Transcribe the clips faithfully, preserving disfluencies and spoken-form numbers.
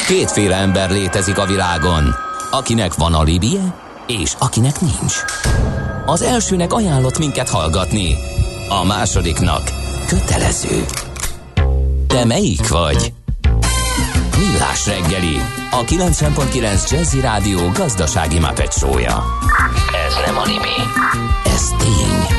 Kétféle ember létezik a világon, akinek van alibije, és akinek nincs. Az elsőnek ajánlott minket hallgatni, a másodiknak kötelező. Te melyik vagy? Millás reggeli, a kilencven pont kilenc Jazzy Rádió gazdasági Muppet show-ja. Ez nem anime, ez tény.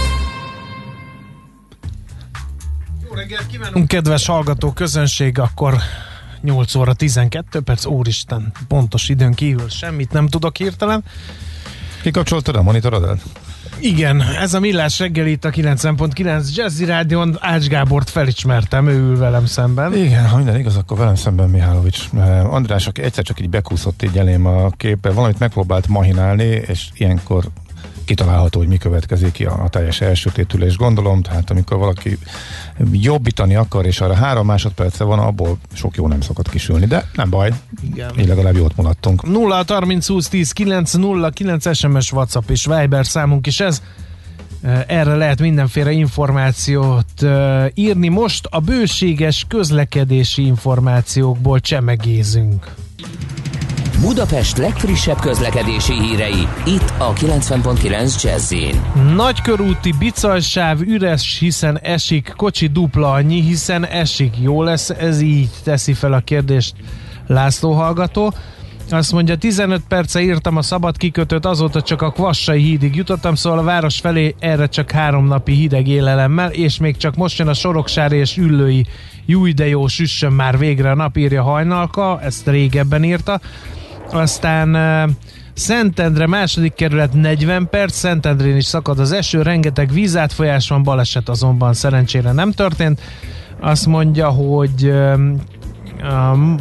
Jó reggelt kívánunk, kedves hallgató közönség, akkor nyolc óra tizenkettő perc, úristen, pontos időn kívül semmit nem tudok hirtelen. Kikapcsoltad a monitorodat? Igen, ez a Millás reggeli itt a kilencven pont kilenc Jazzy Rádión. Ács Gábort felismertem, ő ül velem szemben. Igen, ha minden igaz, akkor velem szemben Mihálovics András, aki egyszer csak így bekúszott így elém a képbe, valamit megpróbált mahinálni, és ilyenkor kitalálható, hogy mi következik ki a, a teljes elsötétülés, gondolom, tehát amikor valaki jobbítani akar, és arra három másodperce van, abból sok jó nem szokott kisülni, de nem baj, igen. Így legalább jót mulattunk. nulla harminc húsz tíz kilenc nulla kilenc es em es, WhatsApp és Viber számunk is ez. Erre lehet mindenféle információt írni. Most a bőséges közlekedési információkból csemegézünk. Budapest legfrissebb közlekedési hírei, itt a kilencven pont kilenc Jazzyn. Nagykörúti bicajsáv üres, hiszen esik, kocsi dupla annyi, hiszen esik. Jó lesz, ez így teszi fel a kérdést László hallgató. Azt mondja, tizenöt perce írtam a szabad kikötőt, azóta csak a Kvassai hídig jutottam, szóval a város felé erre csak három napi hideg élelemmel, és még csak most jön a Soroksári és Üllői. Júj, de jó, süssön már végre a nap, írja Hajnalka, ezt régebben írta. Aztán uh, Szentendre második kerület negyven perc, Szentendrén is szakad az eső, rengeteg vízátfolyás van, baleset azonban szerencsére nem történt. Azt mondja, hogy uh, um,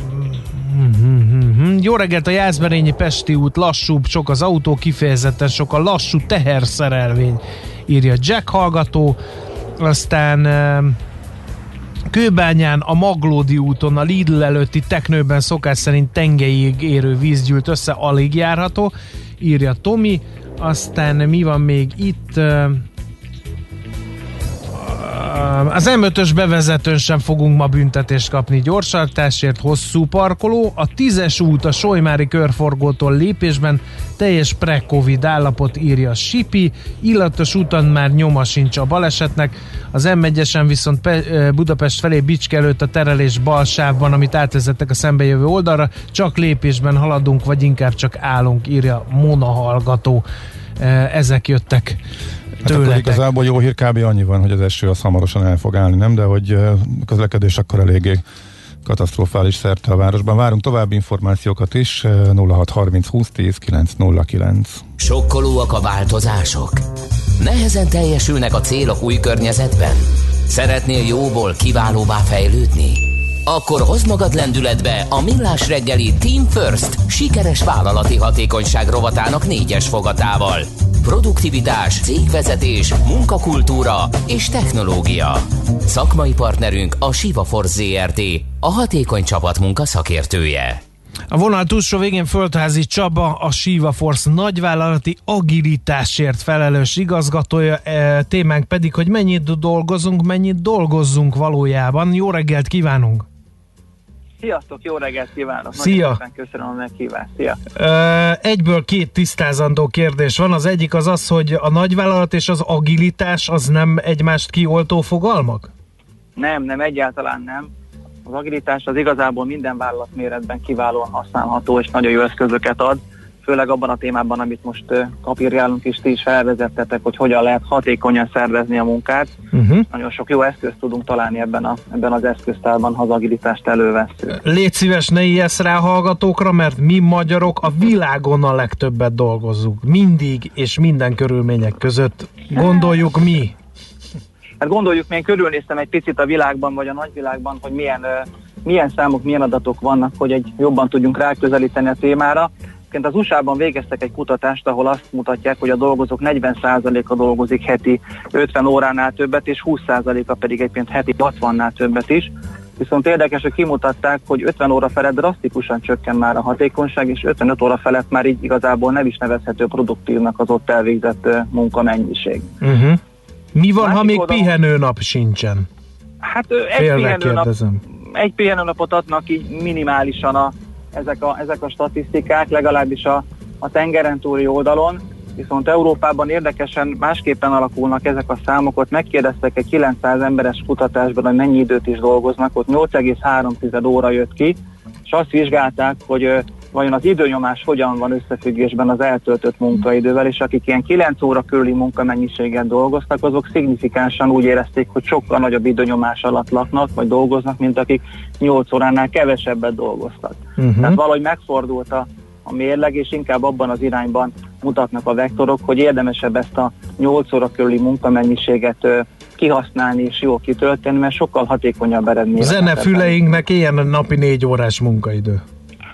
jó reggelt, a Jászberényi Pesti út lassúbb, sok az autó, kifejezetten sok a lassú teherszerelvény, írja Jack hallgató. Aztán uh, Kőbányán a Maglódi úton a Lidl előtti teknőben szokás szerint tengelyig érő víz gyűlt össze, alig járható, írja Tomi. Aztán mi van még itt? Az em ötös bevezetőn sem fogunk ma büntetést kapni gyorstartásért, hosszú parkoló. A tízes út a Solymári körforgótól lépésben, teljes pre-covid állapot, írja Sipi. Illatos úton már nyoma sincs a balesetnek. Az em egyesen viszont Pe- Budapest felé Bicske előtt a terelés bal sávban, amit átvezettek a szembejövő oldalra, csak lépésben haladunk, vagy inkább csak állunk, írja Mona hallgató. Ezek jöttek hát akkor igazából jó hír kb. Annyi van, hogy az eső az hamarosan el fog állni, nem? De hogy közlekedés akkor eléggé katasztrofális szerte a városban. Várunk további információkat is, nulla hat harminc húsz tíz kilenc nulla kilenc. Sokkolóak a változások? Nehezen teljesülnek a célok új környezetben? Szeretnél jóból kiválóvá fejlődni? Akkor hozd magad lendületbe a Millás reggeli Team First sikeres vállalati hatékonyság rovatának négyes fogatával. Produktivitás, cégvezetés, munkakultúra és technológia. Szakmai partnerünk a Siva Force zé er té, a hatékony csapatmunka szakértője. A vonal túlsó végén Földházi Csaba, a Siva Force nagyvállalati agilitásért felelős igazgatója, e, témánk pedig, hogy mennyit dolgozunk, mennyit dolgozzunk valójában. Jó reggelt kívánunk! Sziasztok, jó reggelt kívánok! Szia! Nagyon szépen köszönöm a meghívást. Szia! Egyből két tisztázandó kérdés van. Az egyik az az, hogy a nagyvállalat és az agilitás az nem egymást kioltó fogalmak? Nem, nem, egyáltalán nem. Az agilitás az igazából minden vállalatméretben kiválóan használható és nagyon jó eszközöket ad, főleg abban a témában, amit most kapírjálunk és ti is felvezettetek, hogy hogyan lehet hatékonyan szervezni a munkát. Uh-huh. Nagyon sok jó eszközt tudunk találni ebben, a, ebben az eszköztárban, ha az agilitást elővesszük. Légy szíves, ne ijedsz rá hallgatókra, mert mi magyarok a világon a legtöbbet dolgozunk. Mindig és minden körülmények között. Gondoljuk mi. Hát gondoljuk, én körülnéztem egy picit a világban, vagy a nagyvilágban, hogy milyen, uh, milyen számok, milyen adatok vannak, hogy egy jobban tudjunk ráközelíteni a témára. Az u es á-ban végeztek egy kutatást, ahol azt mutatják, hogy a dolgozók negyven százaléka dolgozik heti ötven óránál többet, és húsz százaléka pedig egyébként heti hatvannál többet is. Viszont érdekes, hogy kimutatták, hogy ötven óra felett drasztikusan csökken már a hatékonyság, és ötvenöt óra felett már így igazából nem is nevezhető produktívnak az ott elvégzett uh, munkamennyiség. Uh-huh. Mi van, Másik ha még oda... pihenőnap sincsen? Hát egy pihenőnap, egy pihenőnapot adnak így minimálisan a, ezek a, ezek a statisztikák, legalábbis a, a tengeren túli oldalon, viszont Európában érdekesen másképpen alakulnak ezek a számok. Ott megkérdeztek egy kilencszáz emberes kutatásban, hogy mennyi időt is dolgoznak, ott nyolc egész három óra jött ki, és azt vizsgálták, hogy ö, vajon az időnyomás hogyan van összefüggésben az eltöltött munkaidővel, és akik ilyen kilenc óra körüli munkamennyiséget dolgoztak, azok szignifikánsan úgy érezték, hogy sokkal nagyobb időnyomás alatt laknak, vagy dolgoznak, mint akik nyolc óránál kevesebbet dolgoztak. Uh-huh. Tehát valahogy megfordult a, a mérleg, és inkább abban az irányban mutatnak a vektorok, hogy érdemesebb ezt a nyolc óra körüli munkamennyiséget ö, kihasználni és jól kitölteni, mert sokkal hatékonyabb eredmény. Zenefüleinknek ilyen napi négy órás munkaidő.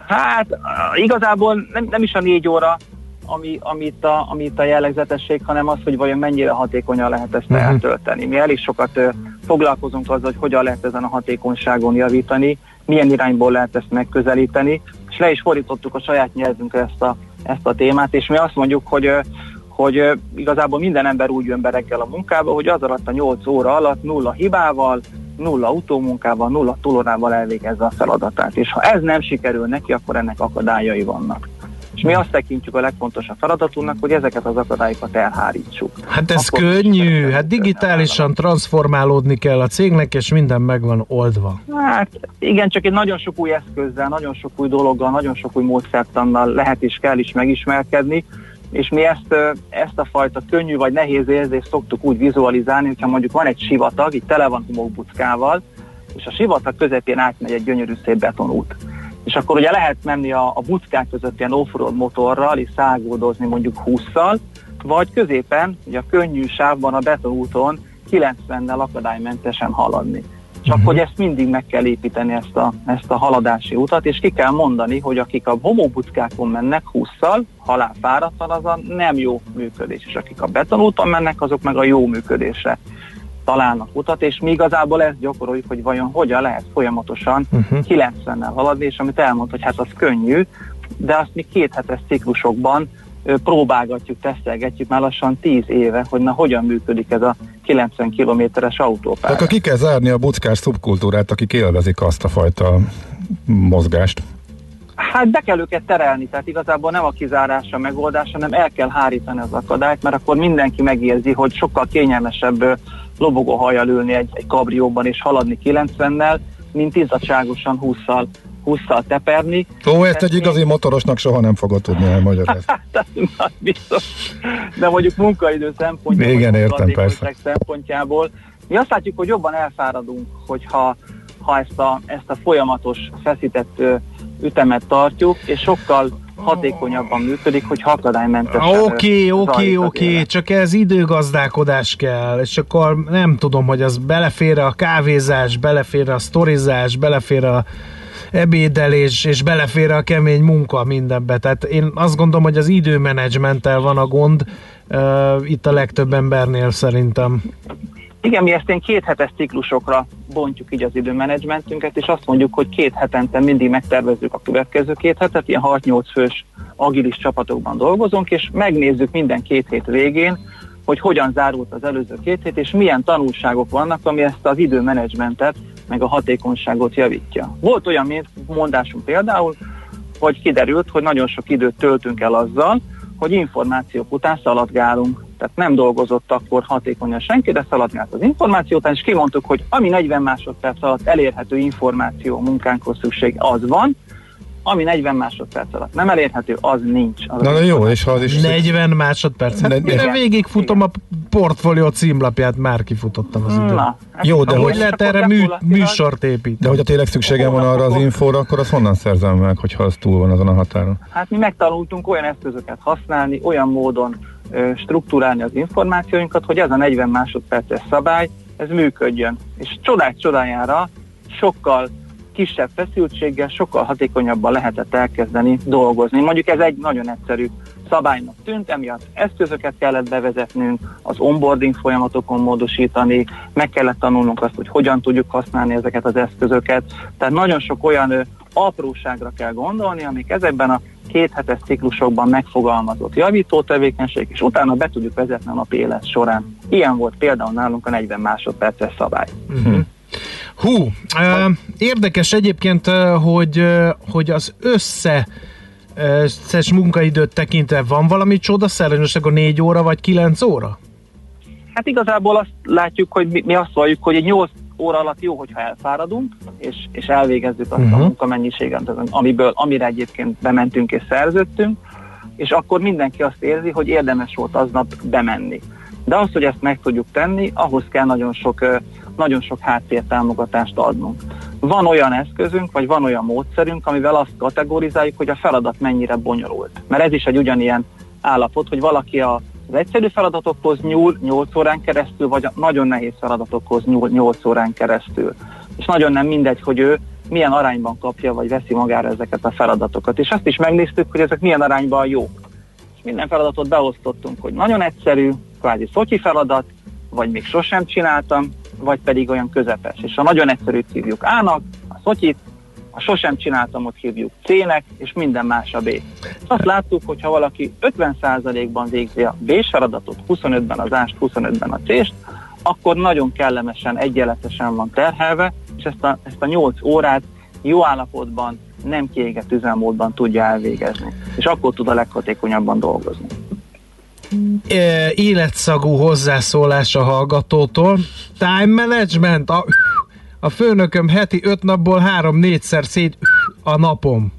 Hát igazából nem, nem is a négy óra, ami, amit, a, amit a jellegzetesség, hanem az, hogy vajon mennyire hatékonyan lehet ezt uh-huh. eltölteni. Mi elég sokat ö, foglalkozunk azzal, hogy hogyan lehet ezen a hatékonyságon javítani, milyen irányból lehet ezt megközelíteni, és le is fordítottuk a saját nyelvünkre ezt a, ezt a témát, és mi azt mondjuk, hogy, ö, hogy ö, igazából minden ember úgy jön be reggel a munkába, hogy az alatt a nyolc óra alatt nulla hibával, nulla utómunkával, nulla túlórával elvégezze a feladatát. És ha ez nem sikerül neki, akkor ennek akadályai vannak. És mi azt tekintjük a legfontosabb feladatunknak, hogy ezeket az akadályokat elhárítsuk. Hát ez akkor könnyű, hát digitálisan transformálódni kell a cégnek, és minden meg van oldva. Hát igen, csak egy nagyon sok új eszközzel, nagyon sok új dologgal, nagyon sok új módszertannal lehet és kell is megismerkedni, és mi ezt, ezt a fajta könnyű vagy nehéz érzést szoktuk úgy vizualizálni, hogyha mondjuk van egy sivatag, így tele van homokbuckával, és a sivatag közepén átmegy egy gyönyörű szép betonút. És akkor ugye lehet menni a, a buckák között ilyen off-road motorral, és száguldozni mondjuk hússzal, vagy középen, ugye a könnyű sávban a betonúton kilencvennel akadálymentesen haladni. És uh-huh. akkor ezt mindig meg kell építeni, ezt a, ezt a haladási utat, és ki kell mondani, hogy akik a homokbuckákon mennek hússzal, halálfáradtan, az a nem jó működés, és akik a betonúton mennek, azok meg a jó működésre találnak utat, és mi igazából ezt gyakoroljuk, hogy vajon hogyan lehet folyamatosan uh-huh. kilencvennel haladni, és amit elmond, hogy hát az könnyű, de azt mi két hetes ciklusokban próbálgatjuk, tesztelgetjük már lassan tíz éve, hogy na hogyan működik ez a kilencven kilométeres autópálya. Akkor ki kell zárni a buckás szubkultúrát, akik élvezik azt a fajta mozgást. Hát be kell őket terelni, tehát igazából nem a kizárás a megoldás, hanem el kell hárítani az akadályt, mert akkor mindenki megérzi, hogy sokkal kényelmesebb lobogó hajjal ülni egy, egy kabrióban és haladni kilencvennel, mint izzadságosan hússzal hússzal teperni. Ó, ezt egy igazi motorosnak soha nem fogod tudni elmagyarázni. Hát, biztos. De mondjuk munkaidő szempontjából, igen, értem, persze. szempontjából, mi azt látjuk, hogy jobban elfáradunk, hogyha ha ezt, a, ezt a folyamatos, feszített ütemet tartjuk, és sokkal hatékonyabban működik, hogy akadálymentesen. Oké, oké, oké, csak ez időgazdálkodás kell, és akkor nem tudom, hogy az belefér a kávézás, belefér a sztorizás, belefér a ebédelés, és belefér a kemény munka mindenbe. Tehát én azt gondolom, hogy az időmenedzsmenttel van a gond uh, itt a legtöbb embernél szerintem. Igen, mi ezt én két hetes ciklusokra bontjuk így az időmenedzsmentünket, és azt mondjuk, hogy két hetente mindig megtervezzük a következő két hetet, ilyen hat-nyolc fős agilis csapatokban dolgozunk, és megnézzük minden két hét végén, hogy hogyan zárult az előző két hét, és milyen tanulságok vannak, ami ezt az időmenedzsmentet, meg a hatékonyságot javítja. Volt olyan mondásunk például, hogy kiderült, hogy nagyon sok időt töltünk el azzal, hogy információk után szaladgálunk. Tehát nem dolgozott akkor hatékonyan senki, de szaladgált az információ után, és kimondtuk, hogy ami negyven másodperc alatt elérhető információ munkánkhoz szükség, az van, ami negyven másodperc alatt nem elérhető, az nincs. Az Na, de jó, és ha az is... negyven másodperc. Hát mire végigfutom a portfólió címlapját, már kifutottam az időt. Na, jó, de hogy lehet erre mű, műsort építeni? De hogyha tényleg szükségem van arra az infóra, akkor azt honnan szerzem meg, hogyha az túl van azon a határon? Hát mi megtanultunk olyan eszközöket használni, olyan módon ö, struktúrálni az információinkat, hogy ez a negyven másodperces szabály, ez működjön. És csodák csodájára sokkal kisebb feszültséggel, sokkal hatékonyabban lehetett elkezdeni dolgozni. Mondjuk ez egy nagyon egyszerű szabálynak tűnt, emiatt eszközöket kellett bevezetnünk, az onboarding folyamatokon módosítani, meg kellett tanulnunk azt, hogy hogyan tudjuk használni ezeket az eszközöket. Tehát nagyon sok olyan ö, apróságra kell gondolni, amik ezekben a két hetes ciklusokban megfogalmazott javító tevékenység, és utána be tudjuk vezetni a napi élet során. Ilyen volt például nálunk a negyven másodperces szabály. Uh-huh. Hú, érdekes egyébként, hogy, hogy az össze összes munkaidőt tekintve van valami csodaszerű, most akkor négy óra vagy kilenc óra? Hát igazából azt látjuk, hogy mi, mi azt valljuk, hogy egy nyolc óra alatt jó, hogyha elfáradunk, és, és elvégezzük azt uh-huh. a munkamennyiséget, amiből, amire egyébként bementünk és szerződtünk, és akkor mindenki azt érzi, hogy érdemes volt aznap bemenni. De az, hogy ezt meg tudjuk tenni, ahhoz kell nagyon sok, nagyon sok háttértámogatást adnunk. Van olyan eszközünk, vagy van olyan módszerünk, amivel azt kategorizáljuk, hogy a feladat mennyire bonyolult. Mert ez is egy ugyanilyen állapot, hogy valaki az egyszerű feladatokhoz nyúl nyolc órán keresztül, vagy a nagyon nehéz feladatokhoz nyúl nyolc órán keresztül. És nagyon nem mindegy, hogy ő milyen arányban kapja, vagy veszi magára ezeket a feladatokat. És azt is megnéztük, hogy ezek milyen arányban jók. És minden feladatot beosztottunk, hogy nagyon egyszerű, kvázi szotyi feladat, vagy még sosem csináltam, vagy pedig olyan közepes. És a nagyon egyszerűt hívjuk A-nak, a szotyit, a sosem csináltamot hívjuk C-nek, és minden más a B. Azt láttuk, hogy ha valaki ötven százalékban végzi a B-s feladatot, huszonötben az A-st, huszonötben a C-st, akkor nagyon kellemesen, egyenletesen van terhelve, és ezt a, ezt a nyolc órát jó állapotban, nem kiégett üzemmódban tudja elvégezni. És akkor tud a leghatékonyabban dolgozni. Életszagú hozzászólás a hallgatótól. Time management. A, a főnököm heti öt napból három-négyszer szét a napom.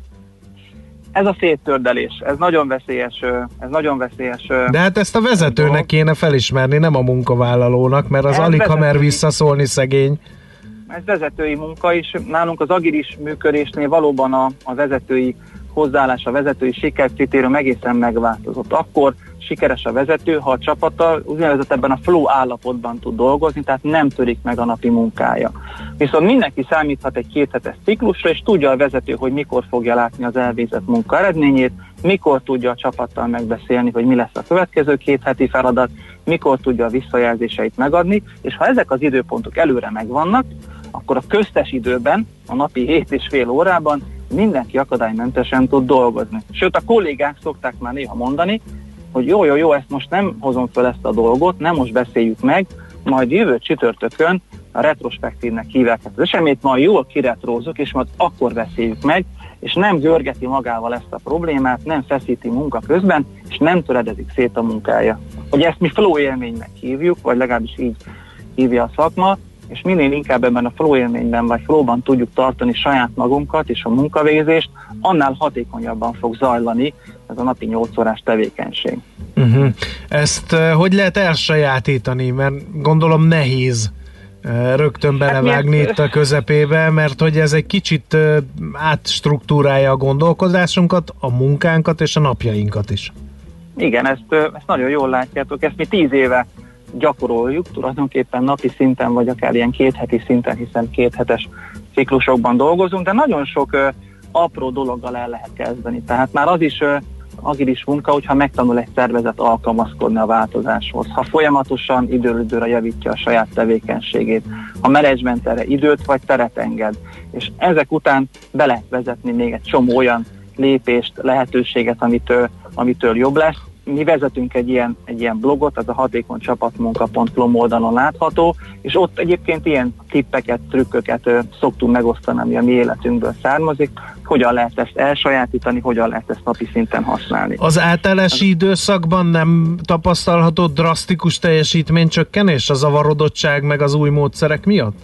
Ez a széttördelés, ez nagyon veszélyes, ez nagyon veszélyes. De hát ezt a vezetőnek dolog. Kéne felismerni, nem a munkavállalónak, mert az ez alig ha mer visszaszólni szegény. Ez vezetői munka is. Nálunk az agilis működésnél valóban a, a vezetői hozzáállás, a vezetői sikerkritérium egészen megváltozott. Akkor sikeres a vezető, ha a csapata úgynevezett ebben a flow állapotban tud dolgozni, tehát nem törik meg a napi munkája. Viszont mindenki számíthat egy kéthetes ciklusra, és tudja a vezető, hogy mikor fogja látni az elvégzett munka eredményét, mikor tudja a csapattal megbeszélni, hogy mi lesz a következő két heti feladat, mikor tudja a visszajelzéseit megadni, és ha ezek az időpontok előre megvannak, akkor a köztes időben, a napi hét és fél órában mindenki akadálymentesen tud dolgozni. Sőt, a kollégák szokták már néha mondani, hogy jó, jó, jó, ezt most nem hozom fel ezt a dolgot, nem most beszéljük meg, majd jövő csütörtökön a retrospektívnek hívják ezt az eseményt, majd jól kiretrózzuk, és majd akkor beszéljük meg, és nem görgeti magával ezt a problémát, nem feszíti munka közben, és nem töredezik szét a munkája. Hogy ezt mi flow élménynek hívjuk, vagy legalábbis így hívja a szakma, és minél inkább ebben a flow élményben vagy flowban tudjuk tartani saját magunkat és a munkavégzést, annál hatékonyabban fog zajlani ez a napi nyolc órás tevékenység. Uh-huh. Ezt uh, hogy lehet elsajátítani? Mert gondolom nehéz uh, rögtön belevágni hát itt a közepébe, mert hogy ez egy kicsit uh, átstruktúrálja a gondolkodásunkat, a munkánkat és a napjainkat is. Igen, ezt, uh, ezt nagyon jól látjátok, ezt mi tíz éve gyakoroljuk, tulajdonképpen napi szinten, vagy akár ilyen kétheti szinten, hiszen kéthetes ciklusokban dolgozunk, de nagyon sok uh, apró dologgal el lehet kezdeni. Tehát már az is uh, agilis munka, hogyha megtanul egy szervezet alkalmazkodni a változáshoz, ha folyamatosan időről időre javítja a saját tevékenységét, ha menedzsment erre időt vagy teret enged, és ezek után be lehet vezetni még egy csomó olyan lépést, lehetőséget, amitől, amitől jobb lesz. Mi vezetünk egy ilyen, egy ilyen blogot, ez a hatékony csapatmunka pont com oldalon látható, és ott egyébként ilyen tippeket, trükköket ö, szoktunk megosztani, ami a mi életünkből származik, hogyan lehet ezt elsajátítani, hogyan lehet ezt napi szinten használni. Az átállási az... időszakban nem tapasztalható drasztikus teljesítménycsökkenés, a zavarodottság meg az új módszerek miatt?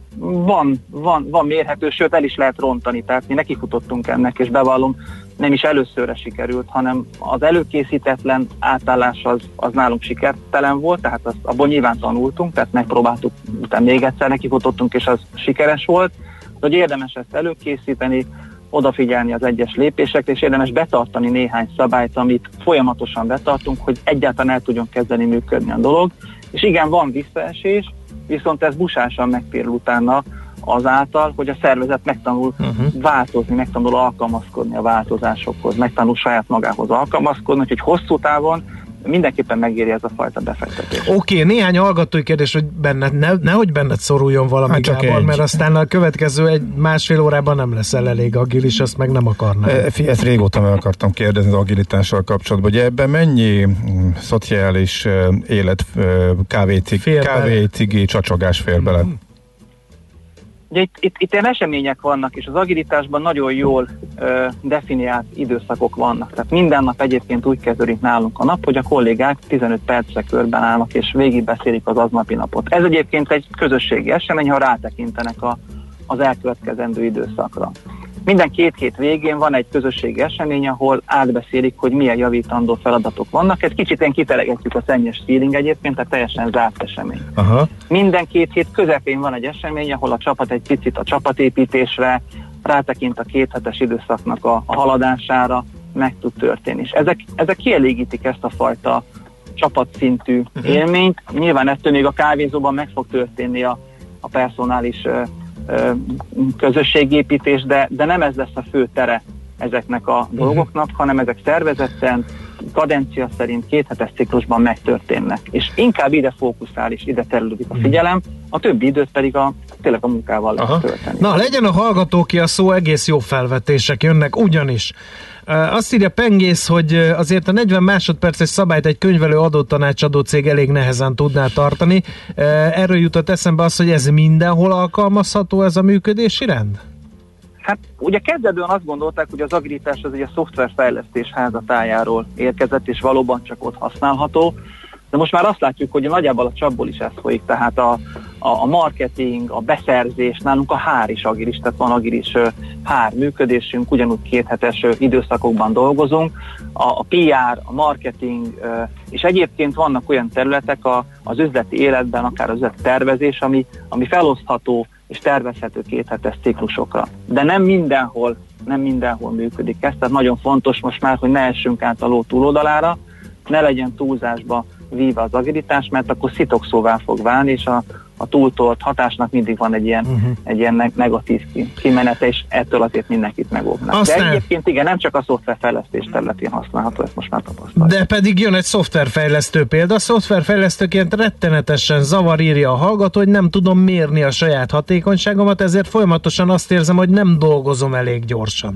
Van, van, van mérhető, sőt el is lehet rontani, tehát mi nekifutottunk ennek, és bevallom, nem is előszörre sikerült, hanem az előkészítetlen átállás az, az nálunk sikertelen volt, tehát azt, abból nyilván tanultunk, tehát megpróbáltuk, utána még egyszer nekifutottunk, és az sikeres volt, hogy érdemes ezt előkészíteni, odafigyelni az egyes lépésekre, és érdemes betartani néhány szabályt, amit folyamatosan betartunk, hogy egyáltalán el tudjon kezdeni működni a dolog, és igen, van visszaesés, viszont ez busásan megtérül utána azáltal, hogy a szervezet megtanul uh-huh. változni, megtanul alkalmazkodni a változásokhoz, megtanul saját magához alkalmazkodni, úgyhogy hosszú távon mindenképpen megéri ez a fajta befektetés. Oké, okay, néhány hallgatói kérdés, hogy benned, ne, nehogy benned szoruljon valami, hát Gábor, mert aztán a következő egy másfél órában nem leszel elég agilis, azt meg nem akarnám. E, ezt régóta meg akartam kérdezni az agilitással kapcsolatban, hogy ebben mennyi mm, szociális uh, élet, uh, kávé, cig, kávé, cigi, csacsogás fér bele? Mm. Ugye itt, itt, itt ilyen események vannak, és az agilitásban nagyon jól ö, definiált időszakok vannak. Tehát minden nap egyébként úgy kezdődik nálunk a nap, hogy a kollégák tizenöt percre körben állnak, és végigbeszélik az aznapi napot. Ez egyébként egy közösségi esemény, ha rátekintenek a, az elkövetkezendő időszakra. Minden két hét végén van egy közösségi esemény, ahol átbeszélik, hogy milyen javítandó feladatok vannak. Ez kicsit ilyen kitelegetjük a szennyes feeling egyébként, tehát teljesen zárt esemény. Aha. Minden két hét közepén van egy esemény, ahol a csapat egy picit a csapatépítésre, rátekint a két hetes időszaknak a, a haladására, meg tud történni. És ezek, ezek kielégítik ezt a fajta csapatszintű uh-huh. élményt. Nyilván ettől még a kávézóban meg fog történni a, a personális közösségépítés, de, de nem ez lesz a fő tere ezeknek a uh-huh. dolgoknak, hanem ezek szervezetten, kadencia szerint kéthetes ciklusban megtörténnek. És inkább ide fókuszál és ide terülődik a figyelem, a többi időt pedig a, tényleg a munkával lehet tölteni. Na, legyen a hallgatóké a szó, egész jó felvetések jönnek, ugyanis azt írja Pengész, hogy azért a negyven másodperces szabályt egy könyvelő adótanácsadó cég elég nehezen tudná tartani. Erről jutott eszembe az, hogy ez mindenhol alkalmazható, ez a működési rend? Hát ugye kezdetben azt gondolták, hogy az agilitás az egy a szoftverfejlesztés házatájáról érkezett, és valóban csak ott használható, de most már azt látjuk, hogy nagyjából a csapból is ez folyik, tehát a, a, a marketing, a beszerzés, nálunk a hár is agilis, tehát van agilis hár működésünk, ugyanúgy kéthetes időszakokban dolgozunk, a, a pé er, a marketing, és egyébként vannak olyan területek a, az üzleti életben, akár az üzleti tervezés, ami, ami felosztható és tervezhető kéthetes ciklusokra. De nem mindenhol, nem mindenhol működik ez, tehát nagyon fontos most már, hogy ne essünk át a ló túloldalára, ne legyen túlzásba víve az agilitás, mert akkor szitokszóvá fog válni, és a, a túltolt hatásnak mindig van egy ilyen, uh-huh. egy ilyen negatív kimenete, és ettől azért mindenkit megóvnak. Aztán... De egyébként igen, nem csak a szoftverfejlesztés területén használható, ezt most már tapasztaljuk. De pedig jön egy szoftverfejlesztő példa. A szoftverfejlesztőként rettenetesen zavar, írja a hallgató, hogy nem tudom mérni a saját hatékonyságomat, ezért folyamatosan azt érzem, hogy nem dolgozom elég gyorsan.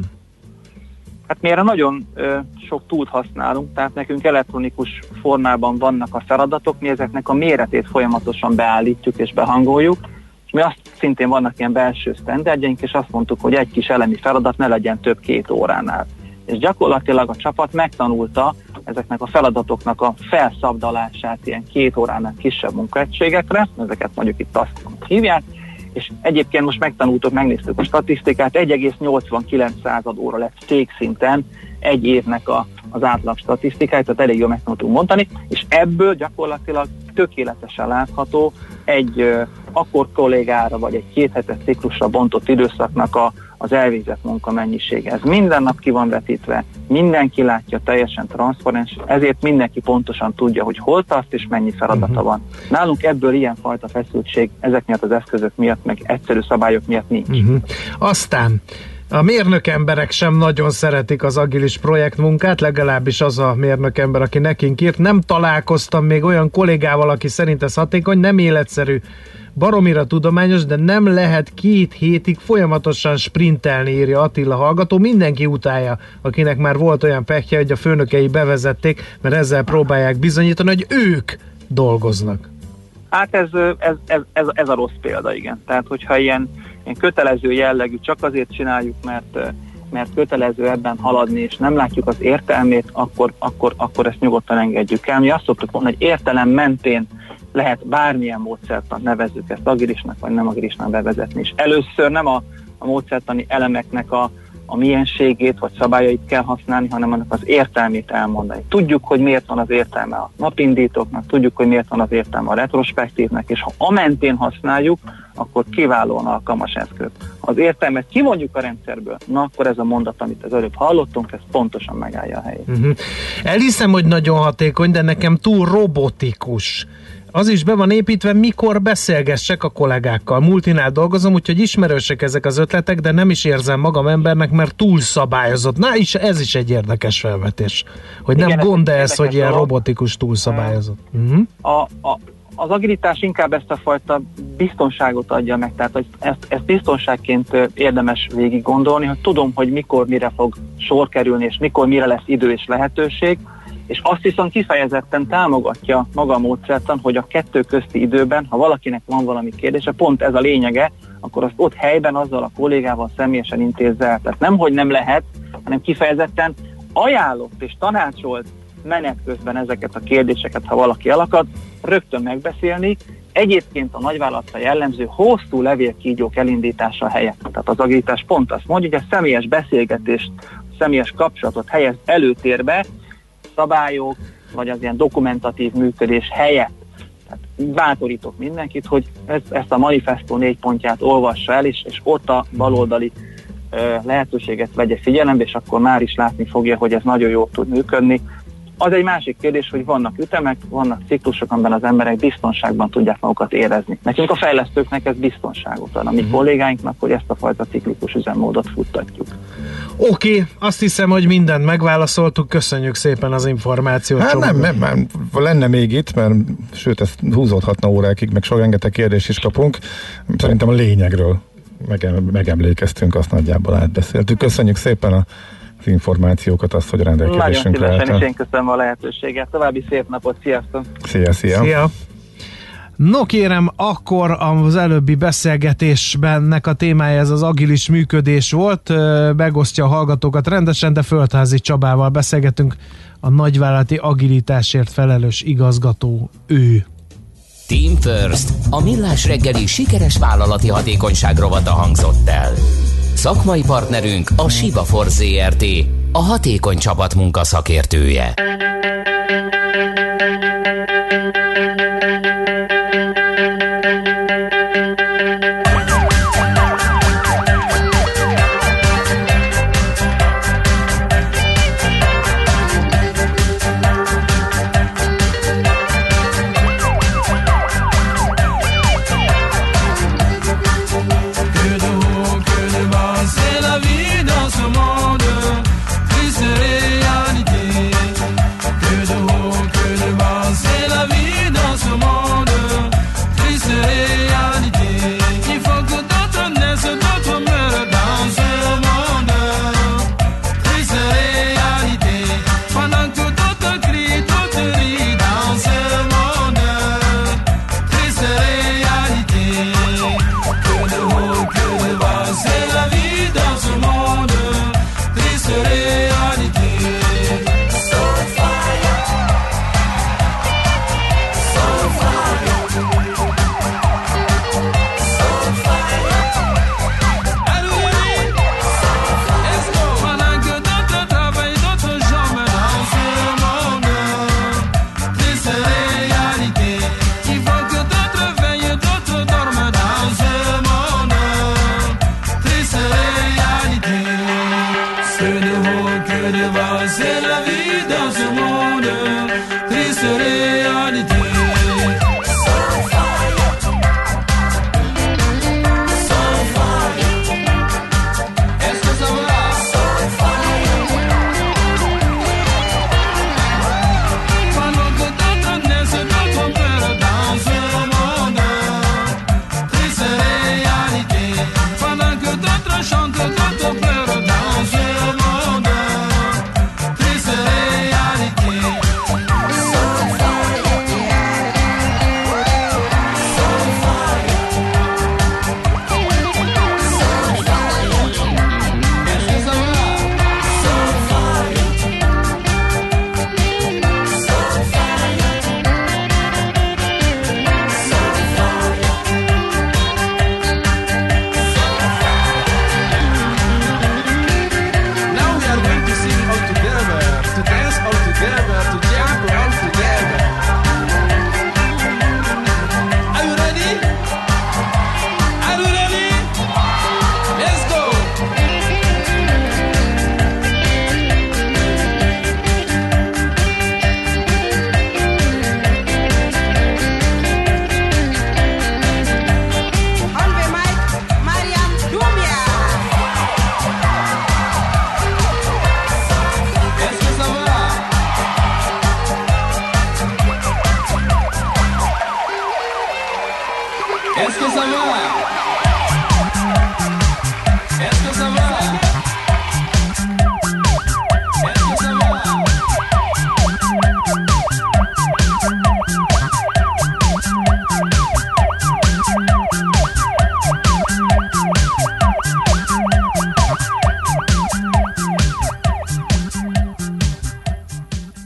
Hát mi erre nagyon ö, sok túlt használunk, tehát nekünk elektronikus formában vannak a feladatok, mi ezeknek a méretét folyamatosan beállítjuk és behangoljuk, és mi azt szintén vannak ilyen belső sztenderdjeink, és azt mondtuk, hogy egy kis elemi feladat ne legyen több két óránál. És gyakorlatilag a csapat megtanulta ezeknek a feladatoknak a felszabdalását ilyen két óránál kisebb munkaegységekre, ezeket mondjuk itt azt hívják, és egyébként most megtanultuk, megnéztük a statisztikát, egy egész nyolcvankilenc óra lett cégszinten egy évnek a, az átlag statisztikája, tehát elég jól megtanultunk mondani, és ebből gyakorlatilag tökéletesen látható egy ö, akkor kollégára, vagy egy kéthetes ciklusra bontott időszaknak a, az elvégzett munka mennyisége. Ez minden nap ki van vetítve, mindenki látja, teljesen transzparens, ezért mindenki pontosan tudja, hogy hol tart és mennyi feladata uh-huh. van. Nálunk ebből ilyenfajta feszültség ezek miatt az eszközök miatt, meg egyszerű szabályok miatt nincs. Uh-huh. Aztán a mérnök emberek sem nagyon szeretik az agilis projektmunkát, legalábbis az a mérnök ember, aki nekünk írt. Nem találkoztam még olyan kollégával, aki szerint ez hatékony, nem életszerű, baromira tudományos, de nem lehet két hétig folyamatosan sprintelni, írja Attila hallgató. Mindenki utálja, akinek már volt olyan pehje, hogy a főnökei bevezették, mert ezzel próbálják bizonyítani, hogy ők dolgoznak. Hát ez, ez, ez, ez, ez a rossz példa, igen. Tehát, hogyha ilyen, ilyen kötelező jellegű, csak azért csináljuk, mert, mert kötelező ebben haladni, és nem látjuk az értelmét, akkor, akkor, akkor ezt nyugodtan engedjük el. Mi azt szoktuk mondani, hogy értelem mentén lehet bármilyen módszertant nevezzük ezt agilisnak, vagy nem agilisnak bevezetni. És először nem a, a módszertani elemeknek a, a mienségét, vagy szabályait kell használni, hanem annak az értelmét elmondani. Tudjuk, hogy miért van az értelme a napindítóknak, tudjuk, hogy miért van az értelme a retrospektívnek, és ha a mentén használjuk, akkor kiválóan alkalmas eszköz. Ha az értelmet kivonjuk a rendszerből, na akkor ez a mondat, amit az előbb hallottunk, ez pontosan megállja a helyét. Uh-huh. Elhiszem, hogy nagyon hatékony, de nekem túl robotikus. Az is be van építve, mikor beszélgessek a kollégákkal. Multinál dolgozom, úgyhogy ismerősek ezek az ötletek, de nem is érzem magam embernek, mert túl szabályozott. Na, is, ez is egy érdekes felvetés. Hogy igen, nem gond ez, hogy ilyen robotikus, túl szabályozott. Uh-huh. A, a, az agilitás inkább ezt a fajta biztonságot adja meg, tehát hogy ezt, ezt biztonságként érdemes végig gondolni, hogy tudom, hogy mikor mire fog sor kerülni, és mikor mire lesz idő és lehetőség, és azt viszont kifejezetten támogatja maga a módszertan, hogy a kettő közti időben, ha valakinek van valami kérdése, pont ez a lényege, akkor azt ott helyben azzal a kollégával személyesen intézze el. Tehát nem, hogy nem lehet, hanem kifejezetten ajánlott és tanácsolt menet közben ezeket a kérdéseket, ha valaki elakad, rögtön megbeszélni. Egyébként a nagyvállalatra jellemző hosszú levélkígyók elindítása helyett. Tehát az agilitás pont azt mondja, hogy a személyes beszélgetést, a személyes kapcsolatot helyez előtérbe, szabályok, vagy az ilyen dokumentatív működés helyett. Tehát bátorítok mindenkit, hogy ez, ezt a manifesto négy pontját olvassa el, és, és ott a baloldali ö, lehetőséget vegye figyelembe, és akkor már is látni fogja, hogy ez nagyon jól tud működni. Az egy másik kérdés, hogy vannak ütemek, vannak ciklusok, amiben az emberek biztonságban tudják magukat érezni. Nekünk a fejlesztőknek ez biztonságot ad, a mi mm. kollégáinknak, hogy ezt a fajta ciklikus üzemmódot futtatjuk. Oké, okay, azt hiszem, hogy mindent megválaszoltuk, köszönjük szépen az információt. Hát nem, nem, nem, lenne még itt, mert sőt, ezt húzódhatna órákig, meg sok rengeteg kérdést is kapunk. Szerintem a lényegről megemlékeztünk, azt nagyjából átbeszéltük. Köszönjük szépen a az információkat, azt, hogy rendelkezésünkre álltál. Nagyon szívesen, és én köszönöm a lehetőséget. További szép napot, sziasztok! Szia, szia! Szia. No kérem, akkor az előbbi beszélgetésbennek a témája ez az agilis működés volt, megosztja a hallgatókat rendesen, de Földházi Csabával beszélgetünk, a nagyvállalati agilitásért felelős igazgató ő. Team First, a millás reggeli sikeres vállalati hatékonyság rovata hangzott el. Szakmai partnerünk a Sibafor zé er té, a hatékony csapatmunka szakértője.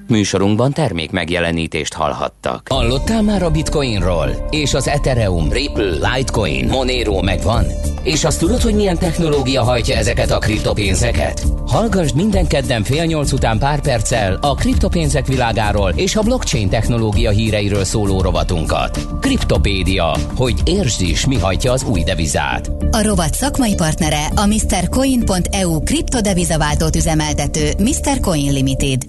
Műsorunkban termék megjelenítést hallhattak. Hallottál már a Bitcoinról? És az Ethereum, Ripple, Litecoin, Monero megvan? És azt tudod, hogy milyen technológia hajtja ezeket a kriptopénzeket? Hallgasd minden kedden fél nyolc után pár perccel a kriptopénzek világáról és a blockchain technológia híreiről szóló rovatunkat. Kriptopédia, hogy értsd is, mi hajtja az új devizát. A rovat szakmai partnere a mister coin pont e u kriptodevizaváltót üzemeltető mister Coin Limited.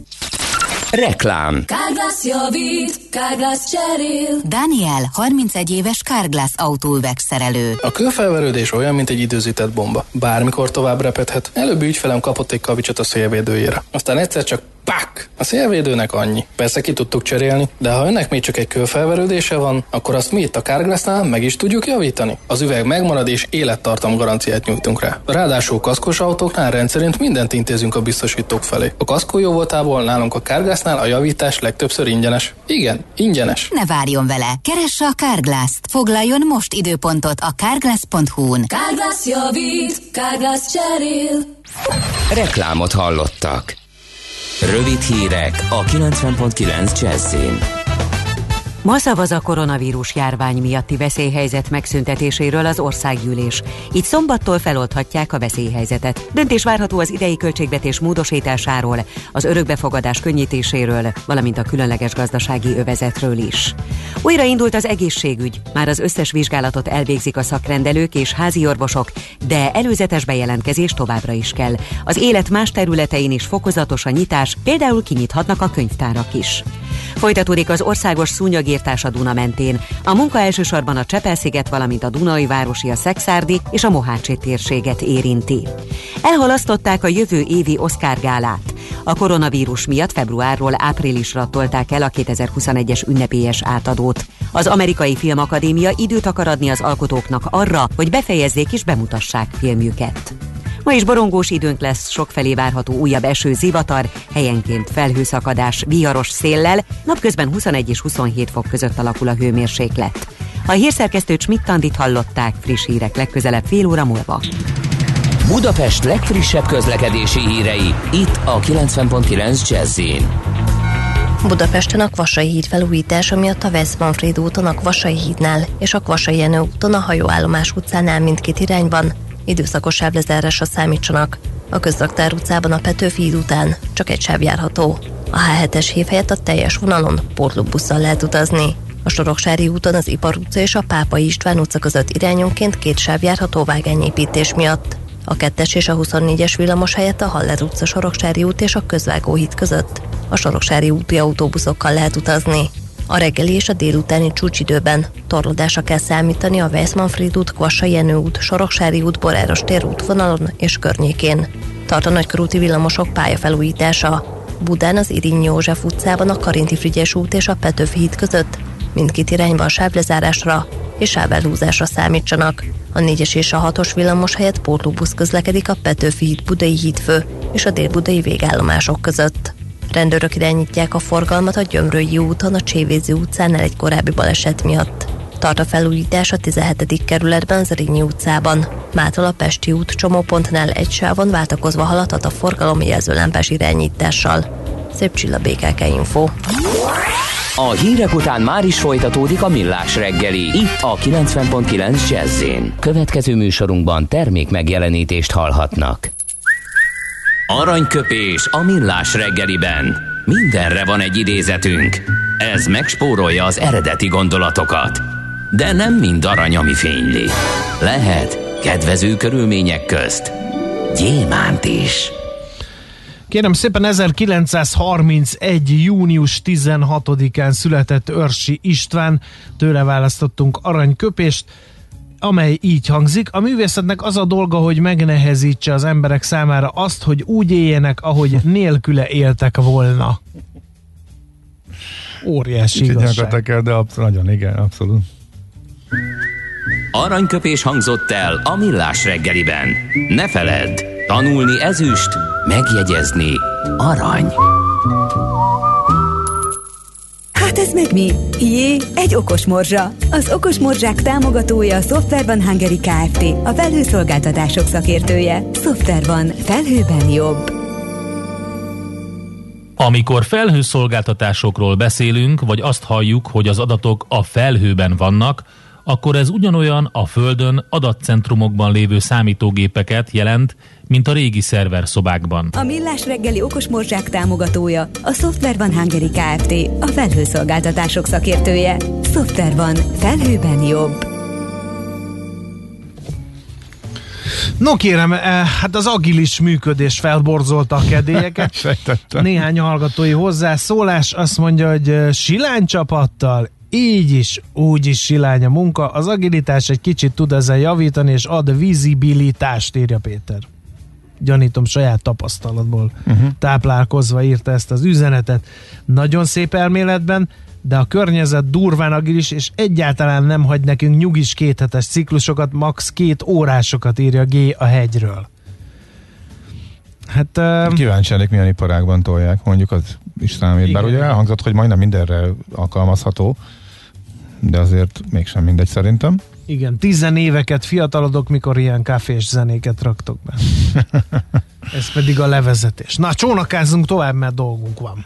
Reklám. Carglass javít, Carglass cserél. Daniel, harmincegy éves Carglass autóüveg szerelő. A kőfelverődés olyan, mint egy időzített bomba. Bármikor tovább repedhet. Előbbi ügyfelem kapott egy kavicsot a szélvédőjére. Aztán egyszer csak pák! A szélvédőnek annyi. Persze ki tudtuk cserélni, de ha önnek még csak egy kőfelverődése van, akkor azt mi itt a Carglassnál meg is tudjuk javítani. Az üveg megmarad és élettartam garanciát nyújtunk rá. Ráadásul kaszkos autóknál rendszerint mindent intézünk a biztosítók felé. A kaszkó jó voltából nálunk a Carglassnál a javítás legtöbbször ingyenes. Igen, ingyenes. Ne várjon vele, keresse a Carglass-t. Foglaljon most időpontot a carglass pont hu-n. Carglass javít, Carglass cserél. Reklámot hallottak. Rövid hírek a kilencven pont kilenc Jazzin. Ma szavaz a koronavírus járvány miatti veszélyhelyzet megszüntetéséről az országgyűlés. Így szombattól feloldhatják a veszélyhelyzetet. Döntés várható az idei költségvetés módosításáról, az örökbefogadás könnyítéséről, valamint a különleges gazdasági övezetről is. Újra indult az egészségügy. Már az összes vizsgálatot elvégzik a szakrendelők és házi orvosok, de előzetes bejelentkezés továbbra is kell. Az élet más területein is fokozatos a nyitás, például kinyithatnak a könyvtárak is. Folytatódik az országos szúnyogírtás a Duna mentén. A munka elsősorban a Csepel-sziget, valamint a Dunai városi, a Szekszárdi és a Mohácsi térséget érinti. Elhalasztották a jövő évi Oscar gálát. A koronavírus miatt februárról áprilisra tolták el a kétezer-huszonegyes ünnepélyes átadót. Az Amerikai Filmakadémia időt akar adni az alkotóknak arra, hogy befejezzék és bemutassák filmjüket. Ma is borongós időnk lesz, sokfelé várható újabb eső, zivatar, helyenként felhőszakadás, viharos széllel, napközben huszonegy és huszonhét fok között alakul a hőmérséklet. A hírszerkesztőt Schmidt-Tandit hallották, friss hírek legközelebb fél óra múlva. Budapest legfrissebb közlekedési hírei, itt a kilencven pont kilenc Jazzin. Budapesten a Kvassai híd felújítása miatt a West-Manfréd úton a Kvassai hídnál és a Kvassai Jenő úton a Hajóállomás utcánál mindkét irányban időszakos sávlezárásra számítsanak. A Közraktár utcában a Petőfi híd után csak egy sáv járható. A há hetes hév helyett a teljes vonalon pótlóbusszal lehet utazni. A Soroksári úton az Ipar utca és a Pápai István utca között irányonként két sáv járható vágányépítés miatt. A kettes és a huszonnégyes villamos helyett a Haller utca, Soroksári út és a Közvágóhíd között a Soroksári úti autóbuszokkal lehet utazni. A reggeli és a délutáni csúcsidőben torlódásra kell számítani a West-Manfréd út, Kvassai Jenő út, Soroksári út, Boráros tér útvonalon és környékén. Tart a nagykörúti villamosok pályafelújítása. Budán az Iriny József utcában a Karinti Frigyes út és a Petőfi híd között mindkét irányban sávlezárásra és sávelhúzásra számítsanak. A négyes és a hatos villamos helyett pótlóbusz közlekedik a Petőfi híd, Budai hídfő és a délbudai végállomások között. Rendőrök irányítják a forgalmat a Gyömrői úton, a Csévézi utcánál egy korábbi baleset miatt. Tart a felújítás a tizenhetedik kerületben, az Rényi utcában. Mától a Pesti út csomópontnál egy sávon váltakozva haladhat a forgalom jelzőlámpás irányítással. Szép Csilla, bé ká ká Info. A hírek után már is folytatódik a Millás reggeli, itt a kilencven pont kilenc Jazzin. Következő műsorunkban termék megjelenítést hallhatnak. Aranyköpés a Millás reggeliben. Mindenre van egy idézetünk. Ez megspórolja az eredeti gondolatokat. De nem mind arany, ami fényli. Lehet kedvező körülmények közt gyémánt is. Kérem szépen, ezerkilencszázharmincegy. június tizenhatodikán született Örsi István, tőle választottunk aranyköpést, amely így hangzik: a művészetnek az a dolga, hogy megnehezítse az emberek számára azt, hogy úgy éljenek, ahogy nélküle éltek volna. Óriási igazság. De abszolút, nagyon igen, abszolút. Aranyköpés hangzott el a Millás reggeliben. Ne feledd, tanulni ezüst, megjegyezni arany. Hát ez meg mi? Jé, egy okos morzsa. Az okos morzsák támogatója a Software One Hungary Kft., a felhőszolgáltatások szakértője. Software One. Felhőben jobb. Amikor felhőszolgáltatásokról beszélünk, vagy azt halljuk, hogy az adatok a felhőben vannak, akkor ez ugyanolyan a Földön adatcentrumokban lévő számítógépeket jelent, mint a régi szerverszobákban. A Millás reggeli okosmorzsák támogatója a Software One Hungary Kft. A felhőszolgáltatások szakértője. Software One. Felhőben jobb. No kérem, hát az agilis működés felborzolta a kedélyeket. Néhány hallgatói hozzászólás azt mondja, hogy silány csapattal, így is, úgy is silány a munka. Az agilitás egy kicsit tud ezzel javítani, és ad vizibilitást, írja Péter. Gyanítom, saját tapasztalatból uh-huh. táplálkozva írta ezt az üzenetet. Nagyon szép elméletben, de a környezet durván agilis, és egyáltalán nem hagy nekünk nyugis kéthetes ciklusokat, max. két órásokat, írja G a hegyről. Hát... Uh... Kíváncsi lennék, milyen iparágban tolják, mondjuk az is számít. Igen. Bár ugye elhangzott, hogy majdnem mindenre alkalmazható, de azért mégsem mindegy szerintem. Igen, tizenéveket fiatalodok, mikor ilyen káfés zenéket raktok be. Ez pedig a levezetés. Na, csónakázzunk tovább, mert dolgunk van.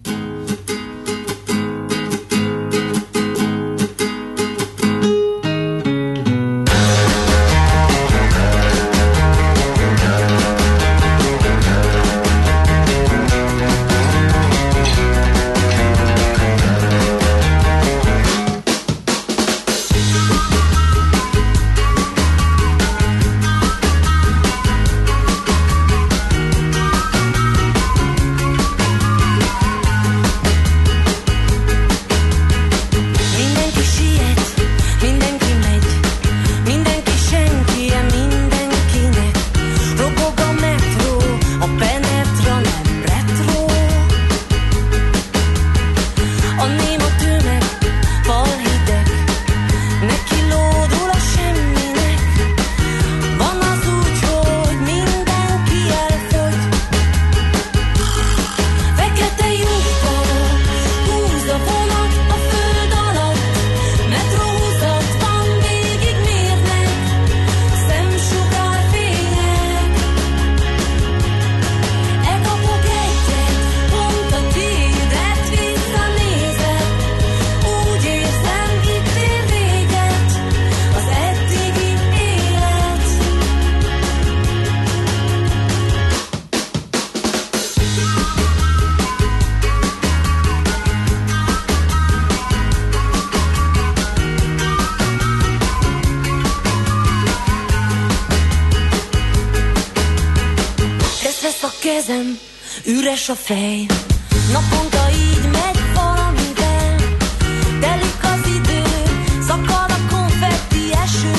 kezem, üres a fej, naponta így megy valamivel, telik az idő, szakad a konfetti eső,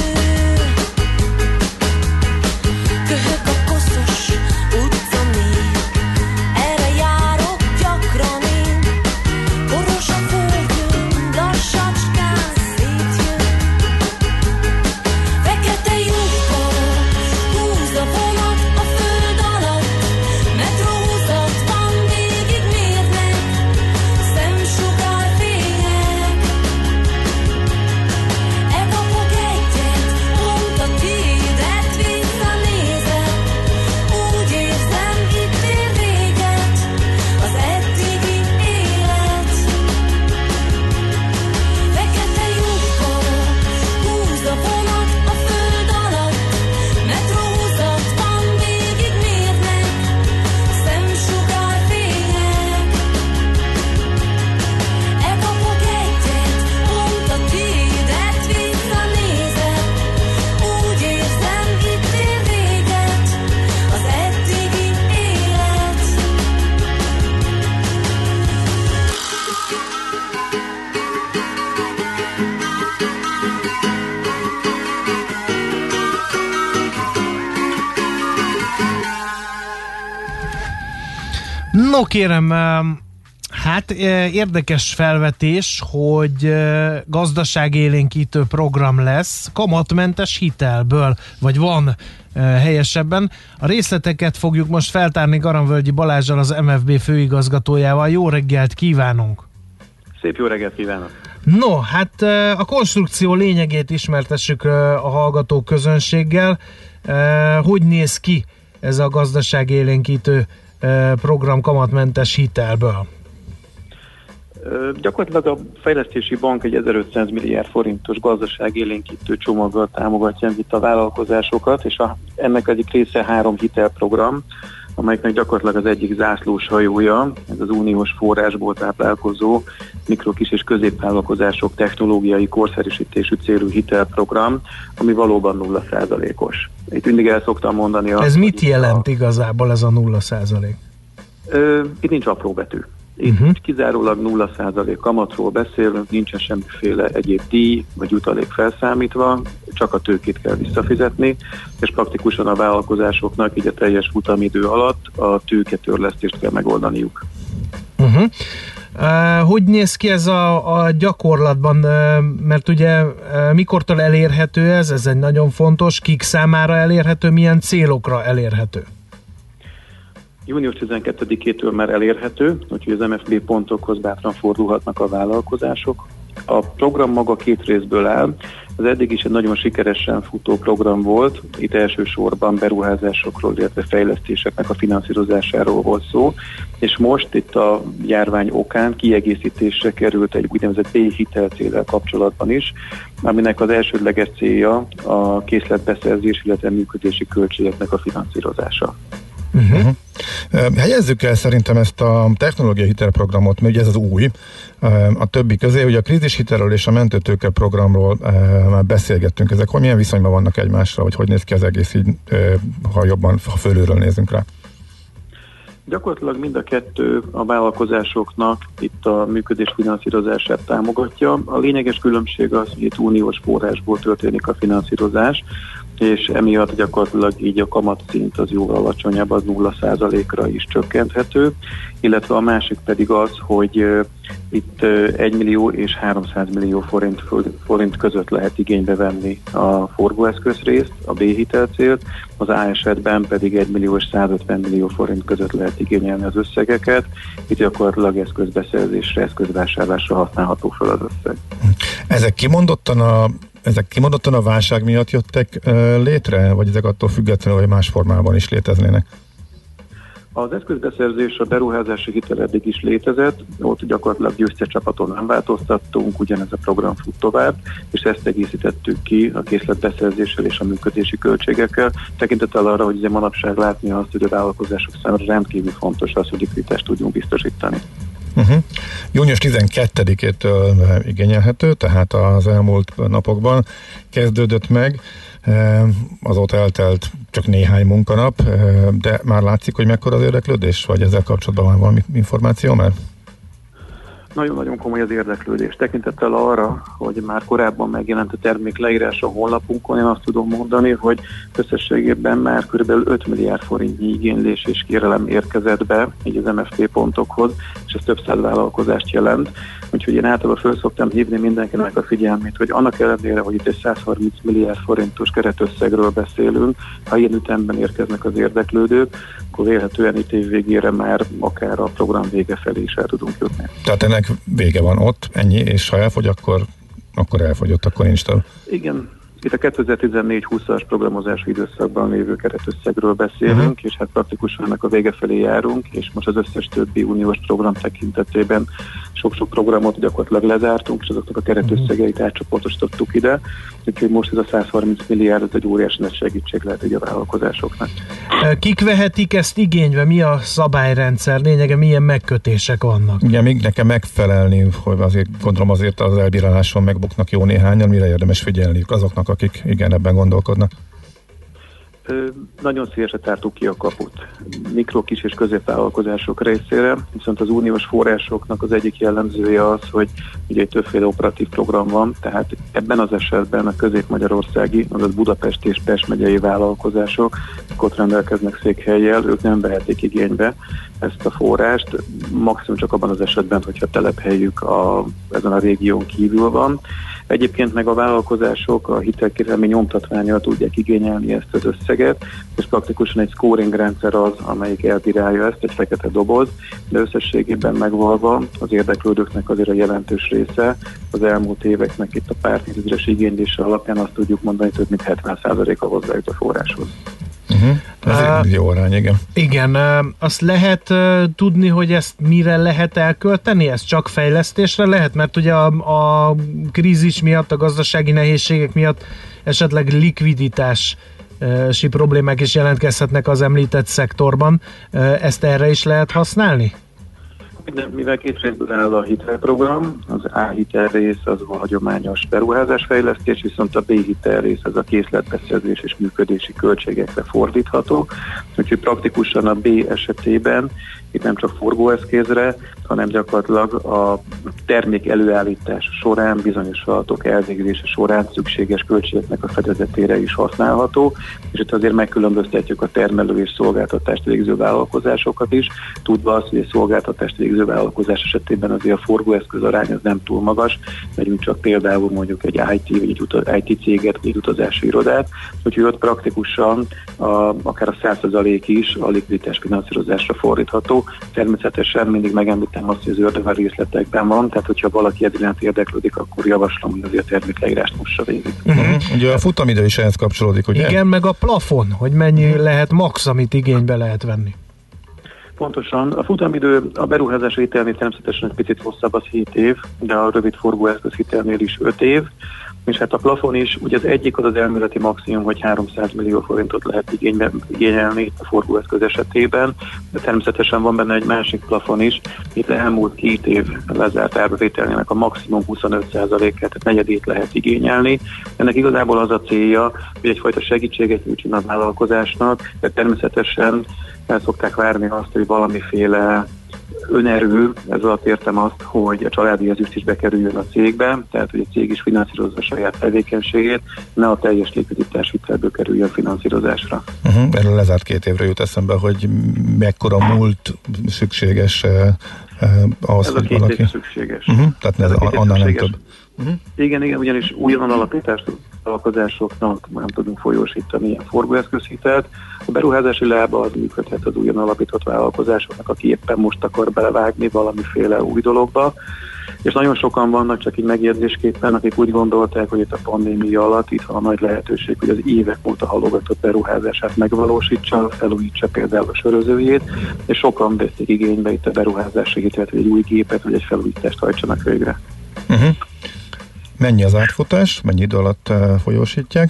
köhög a koszos utca mély, erre járok gyakran én, boros a földön, lassacskán szétjön, fekete lyukban húz a vonat a föld alatt, metrózat van végig mérnek, szemsugárfények, elkapok egyet, pont a tiédet visszanézek, úgy érzem, itt ér véget az eddigi élet. Fekete lyukban húz a vonat a föld alatt, metrózat van végig mérnek, szemsugárfények, elkapok egyet, pont a tiédet visszanézek, úgy érzem, itt ér véget az eddigi élet. No kérem, em, hát eh, érdekes felvetés, hogy eh, gazdaságélénkítő program lesz kamatmentes hitelből, vagy van eh, helyesebben. A részleteket fogjuk most feltárni Garamvölgyi Balázsral, az em ef bé főigazgatójával. Jó reggelt kívánunk! Szép jó reggelt kívánok! No, hát eh, a konstrukció lényegét ismertessük eh, a hallgató közönséggel. Eh, Hogy néz ki ez a gazdaságélénkítő program kamatmentes hitelből? Gyakorlatilag a fejlesztési bank egy ezerötszáz milliárd forintos gazdaságélénkítő csomaggal támogatja itt a vállalkozásokat, és a, ennek egyik része három hitelprogram, amelyeknek gyakorlatilag az egyik zászlós hajója, ez az uniós forrásból táplálkozó mikro, kis és középvállalkozások technológiai korszerűsítésű célú hitelprogram, ami valóban nulla százalékos. Itt mindig el szoktam mondani... Ez azt, mit jelent a, igazából ez a nulla százalék? Itt nincs apró betű. Itt uh-huh. kizárólag nulla százalék kamatról beszélünk, nincsen semmiféle egyéb díj vagy jutalék felszámítva, csak a tőkét kell visszafizetni, és praktikusan a vállalkozásoknak így a teljes futamidő alatt a tőketörlesztést kell megoldaniuk. Uh-huh. Uh, hogy néz ki ez a, a gyakorlatban, uh, mert ugye uh, mikortól elérhető ez, ez egy nagyon fontos, kik számára elérhető, milyen célokra elérhető? június tizenkettedikétől már elérhető, úgyhogy az em ef bé pontokhoz bátran fordulhatnak a vállalkozások. A program maga két részből áll. Az eddig is egy nagyon sikeresen futó program volt. Itt elsősorban beruházásokról, illetve fejlesztéseknek a finanszírozásáról volt szó, és most itt a járvány okán kiegészítésre került egy úgynevezett B-hitelcéllel kapcsolatban is, aminek az elsődleges célja a készletbeszerzés, illetve működési költségeknek a finanszírozása. Uh-huh. Helyezzük el szerintem ezt a technológiai hitelprogramot, mert ugye ez az új, a többi közé, ugye a krízishitelről és a mentőtőke programról már beszélgettünk, ezek hogy milyen viszonyban vannak egymásra, vagy hogy néz ki az egész így, ha jobban, ha fölülről nézünk rá? Gyakorlatilag mind a kettő a vállalkozásoknak itt a működés finanszírozását támogatja. A lényeges különbség az, hogy itt uniós forrásból történik a finanszírozás, és emiatt gyakorlatilag így a kamatszint az jóval alacsonyabb, az nulla százalékra is csökkenthető, illetve a másik pedig az, hogy uh, itt uh, egy millió és háromszáz millió forint, forint között lehet igénybe venni a forgóeszközrészt, a B-hitelcélt, az A esetben pedig egy millió és százötven millió forint között lehet igényelni az összegeket, itt gyakorlatilag eszközbeszerzésre, eszközvásárlásra használható fel az összeg. Ezek kimondottan a Ezek kimondottan a válság miatt jöttek uh, létre, vagy ezek attól függetlenül, hogy más formában is léteznének? Az eszközbeszerzés, a beruházási hitel eddig is létezett, ott gyakorlatilag győztescsapaton nem változtattunk, ugyanez a program fut tovább, és ezt egészítettük ki a készletbeszerzéssel és a működési költségekkel, tekintettel arra, hogy ugye manapság látni azt, hogy a vállalkozások számára rendkívül fontos az, hogy likviditást tudjunk biztosítani. Uh-huh. június tizenkettedikétől igényelhető, tehát az elmúlt napokban kezdődött meg, azóta eltelt csak néhány munkanap, de már látszik, hogy mekkora az érdeklődés, vagy ezzel kapcsolatban van valami információ már? Nagyon-nagyon komoly az érdeklődés. Tekintettel arra, hogy már korábban megjelent a termék leírás a honlapunkon, én azt tudom mondani, hogy összességében már kb. öt milliárd forintnyi igénylés és kérelem érkezett be így az em ef bé pontokhoz, és ez több száz vállalkozást jelent. Úgyhogy én általában föl szoktam hívni mindenkinek a figyelmét, hogy annak ellenére, hogy itt egy száz harminc milliárd forintos keretösszegről beszélünk, ha ilyen ütemben érkeznek az érdeklődők, akkor vélhetően itt év végére már akár a program vége felé is el tudunk jutni. Tehát ennek vége van ott, ennyi, és ha elfogy, akkor, akkor elfogyott, akkor nincs több. Igen. Itt a kétezer-tizennégy húszas programozási időszakban lévő keretösszegről beszélünk, uh-huh. és hát praktikusan ennek a vége felé járunk, és most az összes többi uniós program tekintetében sok-sok programot gyakorlatilag lezártunk, és azoknak a keretösszegeit átcsoportosítottuk ide, úgyhogy most ez a száz harminc milliárd, ez egy óriási nagy segítség lehet így a vállalkozásoknak. Kik vehetik ezt igénybe? Mi a szabályrendszer? Lényege, milyen megkötések vannak? Igen, még nekem megfelelni, hogy azért gondolom azért az elbíráláson megbuknak jó néhányan, mire érdemes figyelniük azoknak, akik igen, ebben gondolkodnak. Ö, nagyon szélesre tártuk ki a kaput mikro, kis és középvállalkozások részére, viszont az uniós forrásoknak az egyik jellemzője az, hogy ugye egy többféle operatív program van, tehát ebben az esetben a közép-magyarországi, azaz Budapest és Pest megyei vállalkozások, ott rendelkeznek székhellyel, ők nem vehetik igénybe ezt a forrást, maximum csak abban az esetben, hogyha telephelyük a, ezen a régión kívül van. Egyébként meg a vállalkozások a hitelkérelmi nyomtatvánnyal tudják igényelni ezt az összeget, és praktikusan egy scoring rendszer az, amelyik elbírálja ezt, egy fekete doboz, de összességében megvalva az érdeklődőknek azért a jelentős része az elmúlt éveknek itt a pár tízezres igénylése alapján azt tudjuk mondani, hogy több mint hetven százaléka hozzájut a forráshoz. Uh-huh. Ez uh, jó arány, igen. Igen, uh, azt lehet uh, tudni, hogy ezt mire lehet elkölteni? Ez csak fejlesztésre lehet? Mert ugye a, a krízis miatt, a gazdasági nehézségek miatt esetleg likviditási problémák is jelentkezhetnek az említett szektorban. Uh, ezt erre is lehet használni? De mivel két részből áll a hitelprogram, az A hitel rész az a hagyományos beruházásfejlesztés, viszont a B hitel rész az a készletbeszerzés és működési költségekre fordítható. Úgyhogy praktikusan a B esetében itt nem csak forgóeszközre, hanem gyakorlatilag a termék előállítás során, bizonyos feladatok elvégzése során szükséges költségeknek a fedezetére is használható, és itt azért megkülönböztetjük a termelő és szolgáltatást végző vállalkozásokat is, tudva azt, hogy a szolgáltatást végző vállalkozás esetében azért a forgóeszköz arány az nem túl magas, megyünk csak például mondjuk egy I T, vagy egy utaz, I T céget, vagy egy utazási irodát, úgyhogy ott praktikusan a, akár a száz százalék is a likviditás finanszírozásra fordítható. Természetesen mindig megemlítem azt, hogy az ördög a részletekben van, tehát hogyha valaki ezen érdeklődik, akkor javaslom, hogy azért a termékleírást mossa végig. Uh-huh. Ugye a futamidő is ehhez kapcsolódik, ugye? Igen, meg a plafon, hogy mennyi lehet max, amit igénybe lehet venni. Pontosan. A futamidő a beruházási hitelnél természetesen egy picit hosszabb, az hét év, de a rövid forgóeszköz hitelnél is öt év. És hát a plafon is, ugye az egyik az az elméleti maximum, hogy háromszáz millió forintot lehet igénybe, igényelni a forgóeszköz esetében, de természetesen van benne egy másik plafon is, itt elmúlt két év lezárt árbevételnének a maximum huszonöt százalékát, tehát negyedét lehet igényelni. Ennek igazából az a célja, hogy egyfajta segítséget nyújtson a vállalkozásnak, de természetesen el szokták várni azt, hogy valamiféle önerő, ez alatt értem azt, hogy a családi ezüst is bekerüljön a cégbe, tehát hogy a cég is finanszírozza a saját tevékenységét, ne a teljes likviditás hitelből kerüljön finanszírozásra. Uh-huh. Erről lezárt két évre jut eszembe, hogy mekkora múlt szükséges uh, uh, ahhoz, ez hogy a két valaki... év szükséges. Uh-huh. Tehát ez, ez annál nem több. Uh-huh. Igen, igen, ugyanis újonnan alapítást vállalkozásoknak nem tudunk folyósítani ilyen forgóeszközhitelt. A beruházási lába az működhet az újonnan alapított vállalkozásoknak, aki éppen most akar belevágni valamiféle új dologba. És nagyon sokan vannak, csak így megjegyzésképpen, akik úgy gondolták, hogy itt a pandémia alatt itt van a nagy lehetőség, hogy az évek óta halogatott beruházását megvalósítsa, felújítsa például a sörözőjét, és sokan veszik igénybe itt a beruházási hitelt, hogy egy új gépet, vagy egy felújítást hajtsanak végre. Uh-huh. Mennyi az átfutás? Mennyi idő alatt uh, folyósítják?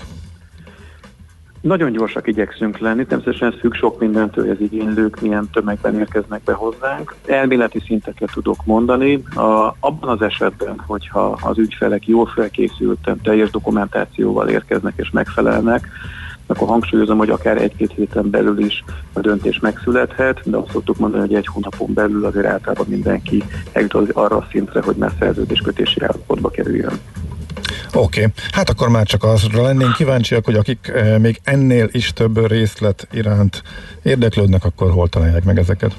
Nagyon gyorsak igyekszünk lenni, természetesen ez függ sok mindentől, hogy az igénylők milyen tömegben érkeznek be hozzánk. Elméleti szinteket tudok mondani. A, abban az esetben, hogyha az ügyfelek jól felkészülten, teljes dokumentációval érkeznek és megfelelnek, akkor hangsúlyozom, hogy akár egy-két héten belül is a döntés megszülethet, de azt szoktuk mondani, hogy egy hónapon belül azért általában mindenki eljut arra a szintre, hogy már szerződéskötési állapotba kerüljön. Oké, okay. Hát akkor már csak azra lennénk kíváncsiak, hogy akik eh, még ennél is több részlet iránt érdeklődnek, akkor hol találják meg ezeket?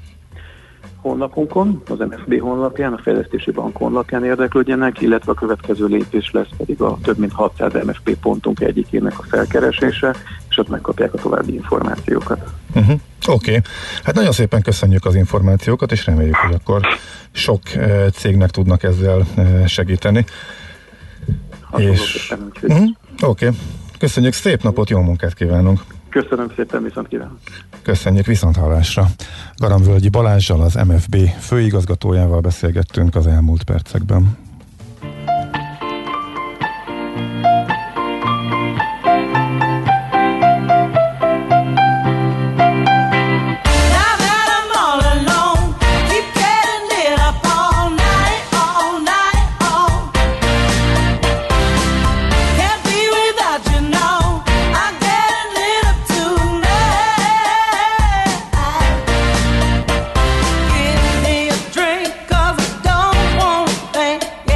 Honlapunkon, az em ef bé honlapján, a Fejlesztési Bank honlapján érdeklődjenek, illetve a következő lépés lesz pedig a több mint hatszáz em ef bé pontunk egyikének a felkeresése, és ott megkapják a további információkat. Uh-huh. Oké, okay. Hát nagyon szépen köszönjük az információkat, és reméljük, hogy akkor sok uh, cégnek tudnak ezzel uh, segíteni. És... Uh-huh. Oké, okay. Köszönjük, szép napot, jó munkát kívánunk! Köszönöm szépen, viszont kívánok! Köszönjük, viszonthallásra! Garamvölgyi Balázssal, az em ef bé főigazgatójával beszélgettünk az elmúlt percekben. Drink, 'cause I don't want to think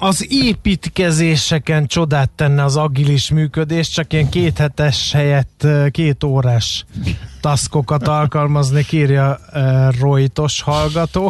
Az építkezéseken csodát tenne az agilis működés, csak ilyen kéthetes helyett két órás taszkokat alkalmazni, írja uh, Rojtos hallgató.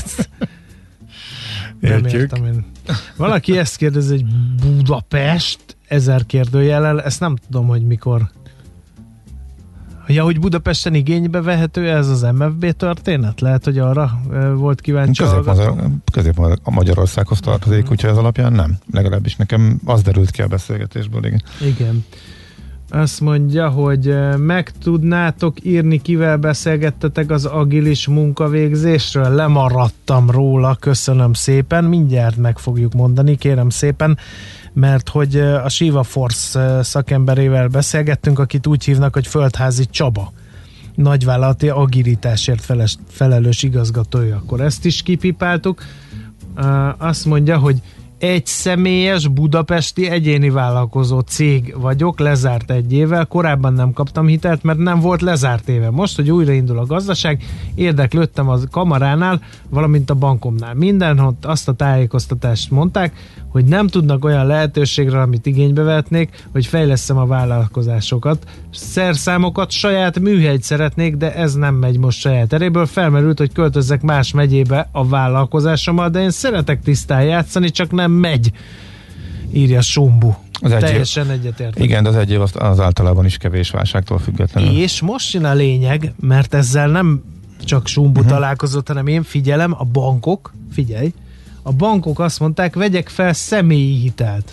Nem értem én. Valaki ezt kérdezi, hogy Budapest ezer kérdőjellel, ezt nem tudom, hogy mikor. Ja, hogy Budapesten igénybe vehető ez az em ef bé történet? Lehet, hogy arra e, volt kíváncsi hallgató? Közép-Magyarországhoz tartozik, uh-huh. úgyhogy ez alapján nem. Legalábbis nekem az derült ki a beszélgetésből. Igen. Igen. Azt mondja, hogy meg tudnátok írni, kivel beszélgettetek az agilis munkavégzésről? Lemaradtam róla, köszönöm szépen. Mindjárt meg fogjuk mondani, kérem szépen, mert hogy a Shiva Force szakemberével beszélgettünk, akit úgy hívnak, hogy Földházi Csaba, nagyvállalati agilitásért feles, felelős igazgatója. Akkor ezt is kipipáltuk. Azt mondja, hogy egy személyes budapesti egyéni vállalkozó cég vagyok, lezárt egy évvel, korábban nem kaptam hitelt, mert nem volt lezárt éve. Most, hogy újraindul a gazdaság, érdeklődtem a kamaránál, valamint a bankomnál. Mindenhol azt a tájékoztatást mondták, hogy nem tudnak olyan lehetőségre, amit igénybe vehetnék, hogy fejlesszem a vállalkozásokat. Szerszámokat, saját műhelyt szeretnék, de ez nem megy most saját eréből. Felmerült, hogy költözzek más megyébe a vállalkozásommal, de én szeretek tisztán játszani, csak nem megy, írja Sumbu. Az Teljesen egyetértek. Igen, de az egy év az, az általában is kevés válságtól függetlenül. És most jön a lényeg, mert ezzel nem csak Sumbu uh-huh. találkozott, hanem én figyelem, a bankok, figyelj, a bankok azt mondták, vegyek fel személyi hitelt.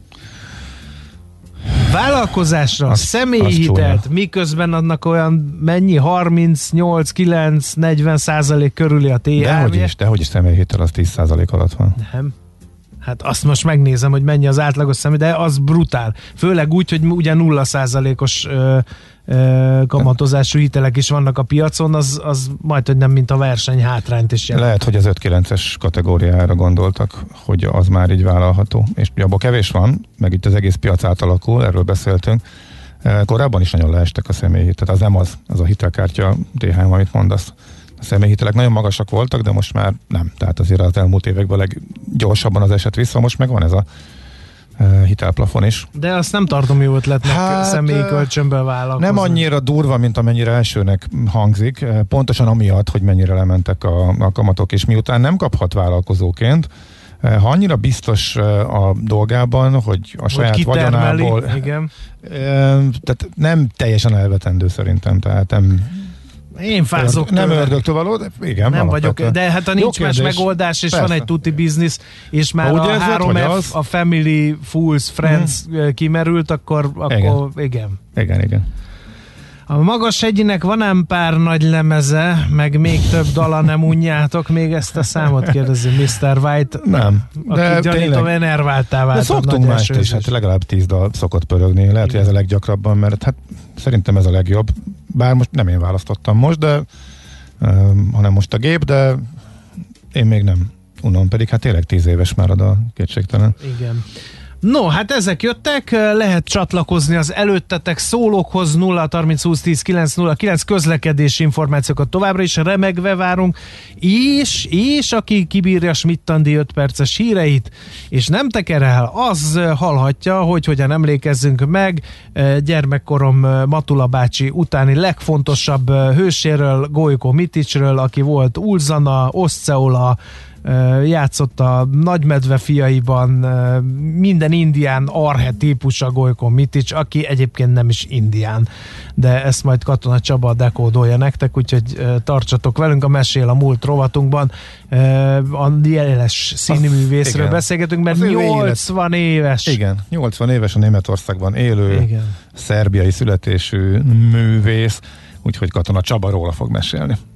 Vállalkozásra az, személyi az hitelt, csúnya. Miközben annak olyan mennyi, harmincnyolc, kilenc, negyven százalék körüli a té er-je. Dehogy is, dehogy is személyi hitel az tíz százalék alatt van. Nem. Hát azt most megnézem, hogy mennyi az átlagos személy, de az brutál. Főleg úgy, hogy ugye nulla százalékos ö, ö, kamatozású hitelek is vannak a piacon, az, az majd, hogy nem mint a verseny hátrányt is jelent. Lehet, hogy az öt-kilences kategóriára gondoltak, hogy az már így vállalható. És abban kevés van, meg itt az egész piac átalakul, erről beszéltünk. Korábban is nagyon leestek a személyi hitel, az nem az, az a hitelkártya té há em, amit mondasz. A személyhitelek nagyon magasak voltak, de most már nem. Tehát azért az elmúlt években leggyorsabban az eset vissza, most meg van ez a uh, hitelplafon is. De azt nem tartom jó ötletnek hát, személyi kölcsönből vállalkozni. Nem annyira durva, mint amennyire elsőnek hangzik, pontosan amiatt, hogy mennyire lementek a, a kamatok, és miután nem kaphat vállalkozóként, ha annyira biztos a dolgában, hogy a hogy saját vagyonából, igen. Tehát nem teljesen elvetendő szerintem, tehát nem Én fázok Nem ördögtől való, de igen. Nem vagyok, de hát ha nincs más megoldás, és persze. Van egy tuti biznisz, és már ha a három ef, a Family, Fools, Friends hmm. kimerült, akkor, akkor igen. igen. Igen, igen. A Magas hegyinek van ám pár nagy lemeze, meg még több dala, nem unjátok még ezt a számot, kérdezi miszter White. Nem. Aki gyanítom, enerváltá vált. De szoktunk mást is, hát legalább tíz dal szokott pörögni. Lehet, igen. Hogy ez a leggyakrabban, mert hát szerintem ez a legjobb. Bár most nem én választottam most, de um, hanem most a gép, de én még nem unom, pedig hát tényleg tíz éves már a dal, kétségtelen. Igen. No, hát ezek jöttek, lehet csatlakozni az előttetek szólókhoz, nulla harminc húsz tíz kilenc nulla kilenc, közlekedési információkat továbbra is remegve várunk, és, és aki kibírja Schmidt-Andi öt perces híreit, és nem teker el, az hallhatja, hogy hogyan emlékezzünk meg gyermekkorom Matula bácsi utáni legfontosabb hőséről, Gojko Miticsről, aki volt Ulzana, Osceola, játszott a Nagymedve fiaiban, minden indián archetípusa Gojko Mitics, aki egyébként nem is indián, de ezt majd Katona Csaba dekódolja nektek, úgyhogy tartsatok velünk a Mesél a múlt rovatunkban. A jeles színművészről beszélgetünk, mert nyolcvan éves. Igen, nyolcvan éves a Németországban élő, igen. Szerbiai születésű művész, úgyhogy Katona Csaba róla fog mesélni.